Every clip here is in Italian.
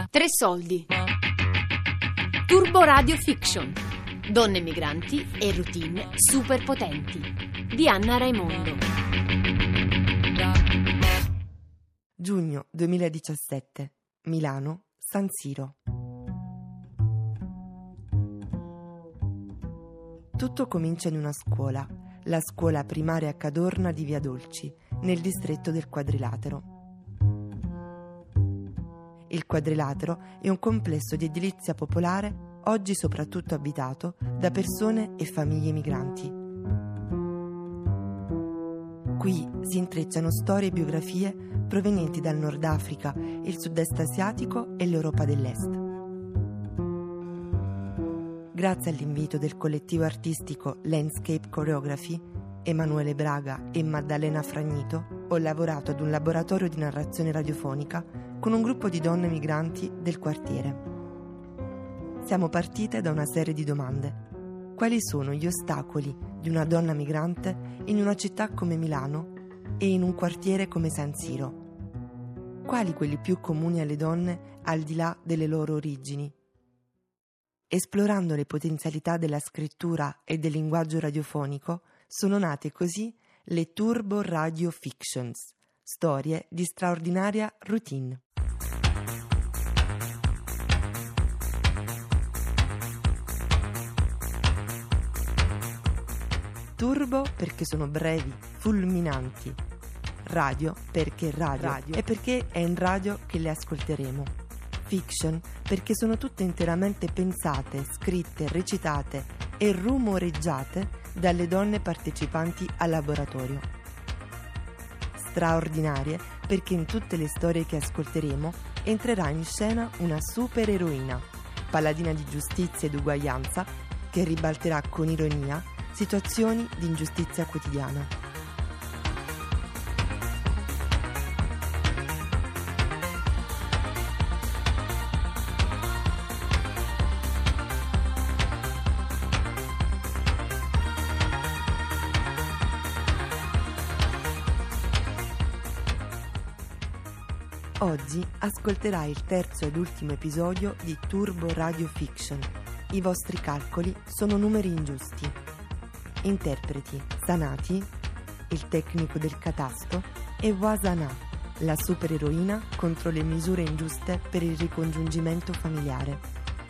Tre soldi. Turbo Radio Fiction. Donne migranti e routine superpotenti. Di Anna Raimondo. Giugno 2017. Milano, San Siro. Tutto comincia in una scuola, la scuola primaria Cadorna di Via Dolci, nel distretto del Quadrilatero. Il Quadrilatero è un complesso di edilizia popolare, oggi soprattutto abitato da persone e famiglie migranti. Qui si intrecciano storie e biografie provenienti dal Nord Africa, il Sud-Est asiatico e l'Europa dell'Est. Grazie all'invito del collettivo artistico Landscape Choreography, Emanuele Braga e Maddalena Fragnito, ho lavorato ad un laboratorio di narrazione radiofonica con un gruppo di donne migranti del quartiere. Siamo partite da una serie di domande. Quali sono gli ostacoli di una donna migrante in una città come Milano e in un quartiere come San Siro? Quali quelli più comuni alle donne al di là delle loro origini? Esplorando le potenzialità della scrittura e del linguaggio radiofonico, sono nate così le Turbo Radio Fictions, storie di straordinaria routine. Turbo perché sono brevi, fulminanti. Radio perché radio. E perché è in radio che le ascolteremo. Fiction perché sono tutte interamente pensate, scritte, recitate e rumoreggiate dalle donne partecipanti al laboratorio. Straordinarie perché in tutte le storie che ascolteremo entrerà in scena una supereroina, paladina di giustizia ed uguaglianza, che ribalterà con ironia situazioni di ingiustizia quotidiana. Oggi ascolterai il terzo ed ultimo episodio di Turbo Radio Fiction. I vostri calcoli sono numeri ingiusti. Interpreti: Sanati, il tecnico del catasto, e Wasana, la supereroina contro le misure ingiuste per il ricongiungimento familiare.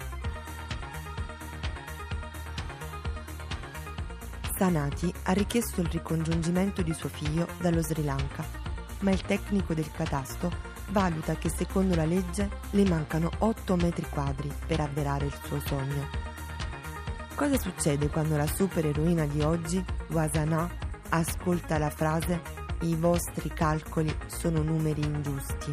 Sanati ha richiesto il ricongiungimento di suo figlio dallo Sri Lanka, ma il tecnico del catasto valuta che secondo la legge le mancano 8 metri quadri per avverare il suo sogno. Cosa succede quando la supereroina di oggi, Wasana, ascolta la frase "I vostri calcoli sono numeri ingiusti"?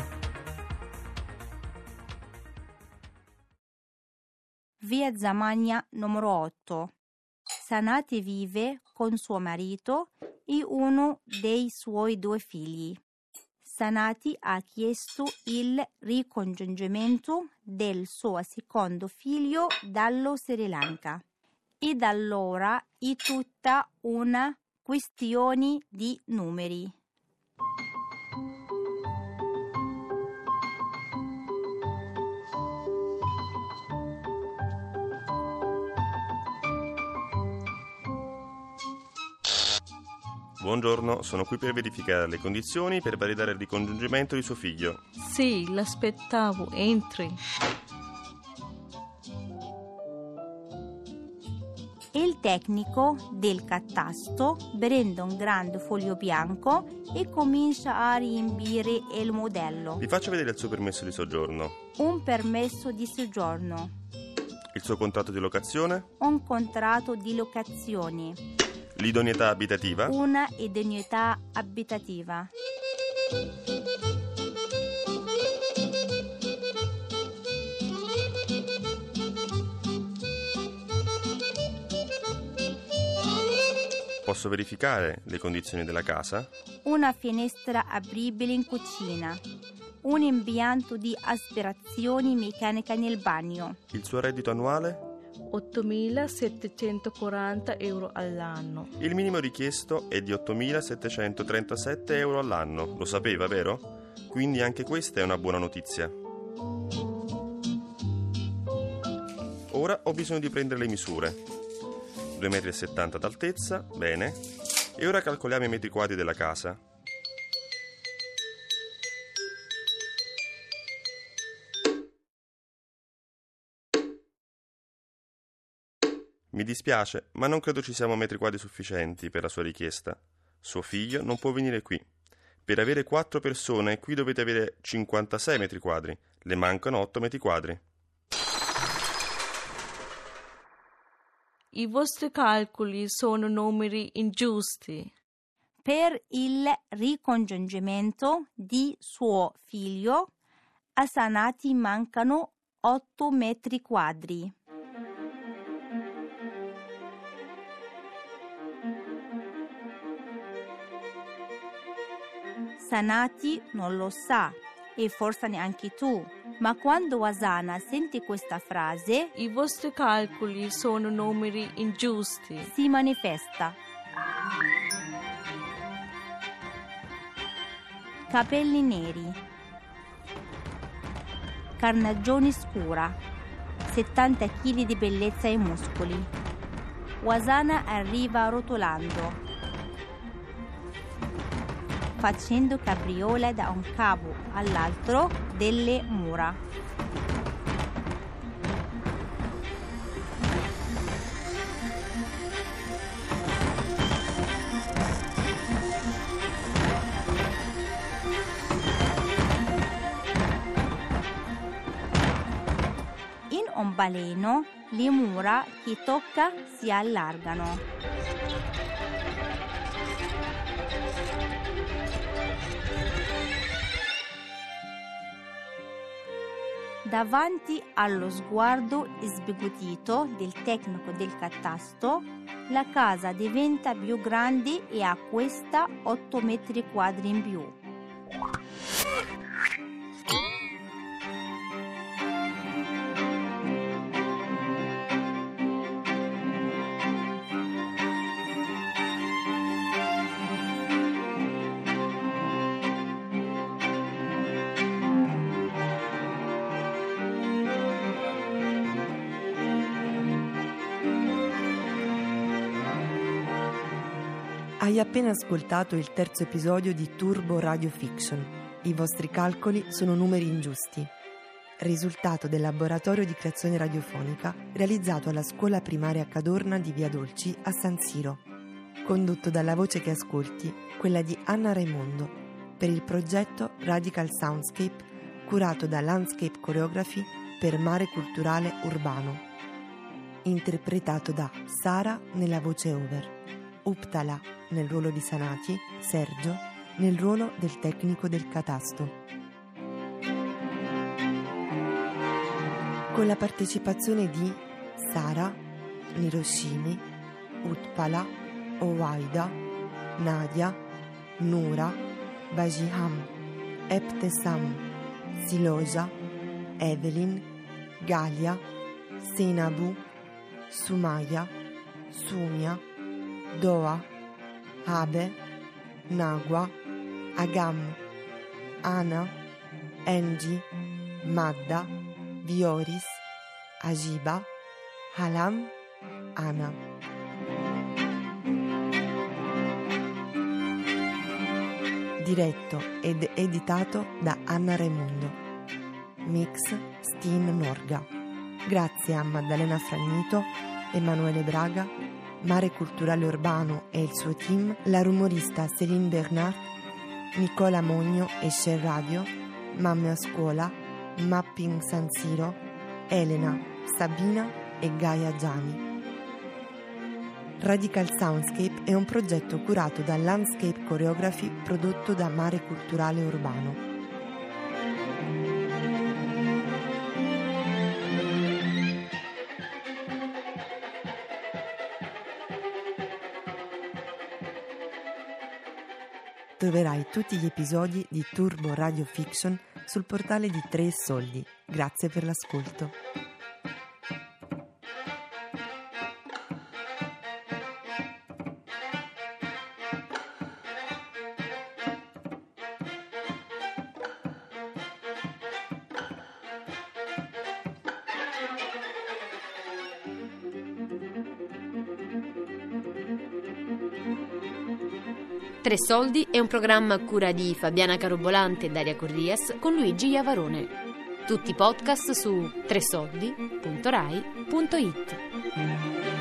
Via Zamagna numero 8. Sanati vive con suo marito e uno dei suoi 2 figli. Sanati ha chiesto il ricongiungimento del suo secondo figlio dallo Sri Lanka. E da allora è tutta una questione di numeri. Buongiorno, sono qui per verificare le condizioni per validare il ricongiungimento di suo figlio. Sì, l'aspettavo, entri. Il tecnico del catasto prende un grande foglio bianco e comincia a riempire il modello. Vi faccio vedere il suo permesso di soggiorno. Un permesso di soggiorno. Il suo contratto di locazione. Un contratto di locazione. L'idoneità abitativa. Una idoneità abitativa. Posso verificare le condizioni della casa? Una finestra apribile in cucina. Un impianto di aspirazione meccanica nel bagno. Il suo reddito annuale? 8.740 euro all'anno. Il minimo richiesto è di 8.737 euro all'anno. Lo sapeva, vero? Quindi anche questa è una buona notizia. Ora ho bisogno di prendere le misure. 2,70 m d'altezza, bene. E ora calcoliamo i metri quadri della casa. Mi dispiace, ma non credo ci siano metri quadri sufficienti per la sua richiesta. Suo figlio non può venire qui. Per avere 4 persone, qui dovete avere 56 metri quadri. Le mancano 8 metri quadri. I vostri calcoli sono numeri ingiusti. Per il ricongiungimento di suo figlio, a Sanati mancano 8 metri quadri. Sanati non lo sa e forse neanche tu, ma quando Asana sente questa frase I vostri calcoli sono numeri ingiusti. si manifesta. Capelli neri, carnagione scura, 70 kg di bellezza e muscoli. Asana arriva rotolando, facendo capriola da un cavo all'altro delle mura. In un baleno le mura che tocca si allargano. Davanti allo sguardo sbigottito del tecnico del catasto, la casa diventa più grande e acquista 8 metri quadri in più. Hai appena ascoltato il terzo episodio di Turbo Radio Fiction. I vostri calcoli sono numeri ingiusti. Risultato del laboratorio di creazione radiofonica realizzato alla scuola primaria Cadorna di Via Dolci a San Siro. Condotto dalla voce che ascolti, quella di Anna Raimondo, per il progetto Radical Soundscape curato da Landscape Choreography per Mare Culturale Urbano. Interpretato da Sara nella voce over, Uptala nel ruolo di Sanati, Sergio nel ruolo del tecnico del catasto. Con la partecipazione di Sara, Niroshimi, Utpala, Owaida, Nadia, Nura, Bajiham, Ebtesam, Siloja, Evelyn, Galia, Seinabu, Sumaya, Sumia, Doa, Abe, Nagua, Agam, Ana, Engi, Madda, Vioris, Ajiba, Halam, Ana. Diretto ed editato da Anna Raimondo. Mix Steen Norga. Grazie a Maddalena Fragnito, Emanuele Braga, Mare Culturale Urbano e il suo team, la rumorista Céline Bernard, Nicola Mogno e Share Radio, Mamme a Scuola, Mapping San Siro, Elena, Sabina e Gaia Giani. Radical Soundscape è un progetto curato da Landscape Choreography prodotto da Mare Culturale Urbano. Troverai tutti gli episodi di Turbo Radio Fiction sul portale di 3 Soldi. Grazie per l'ascolto. Tre Soldi è un programma a cura di Fabiana Carobolante e Daria Corrias con Luigi Iavarone. Tutti i podcast su tresoldi.rai.it.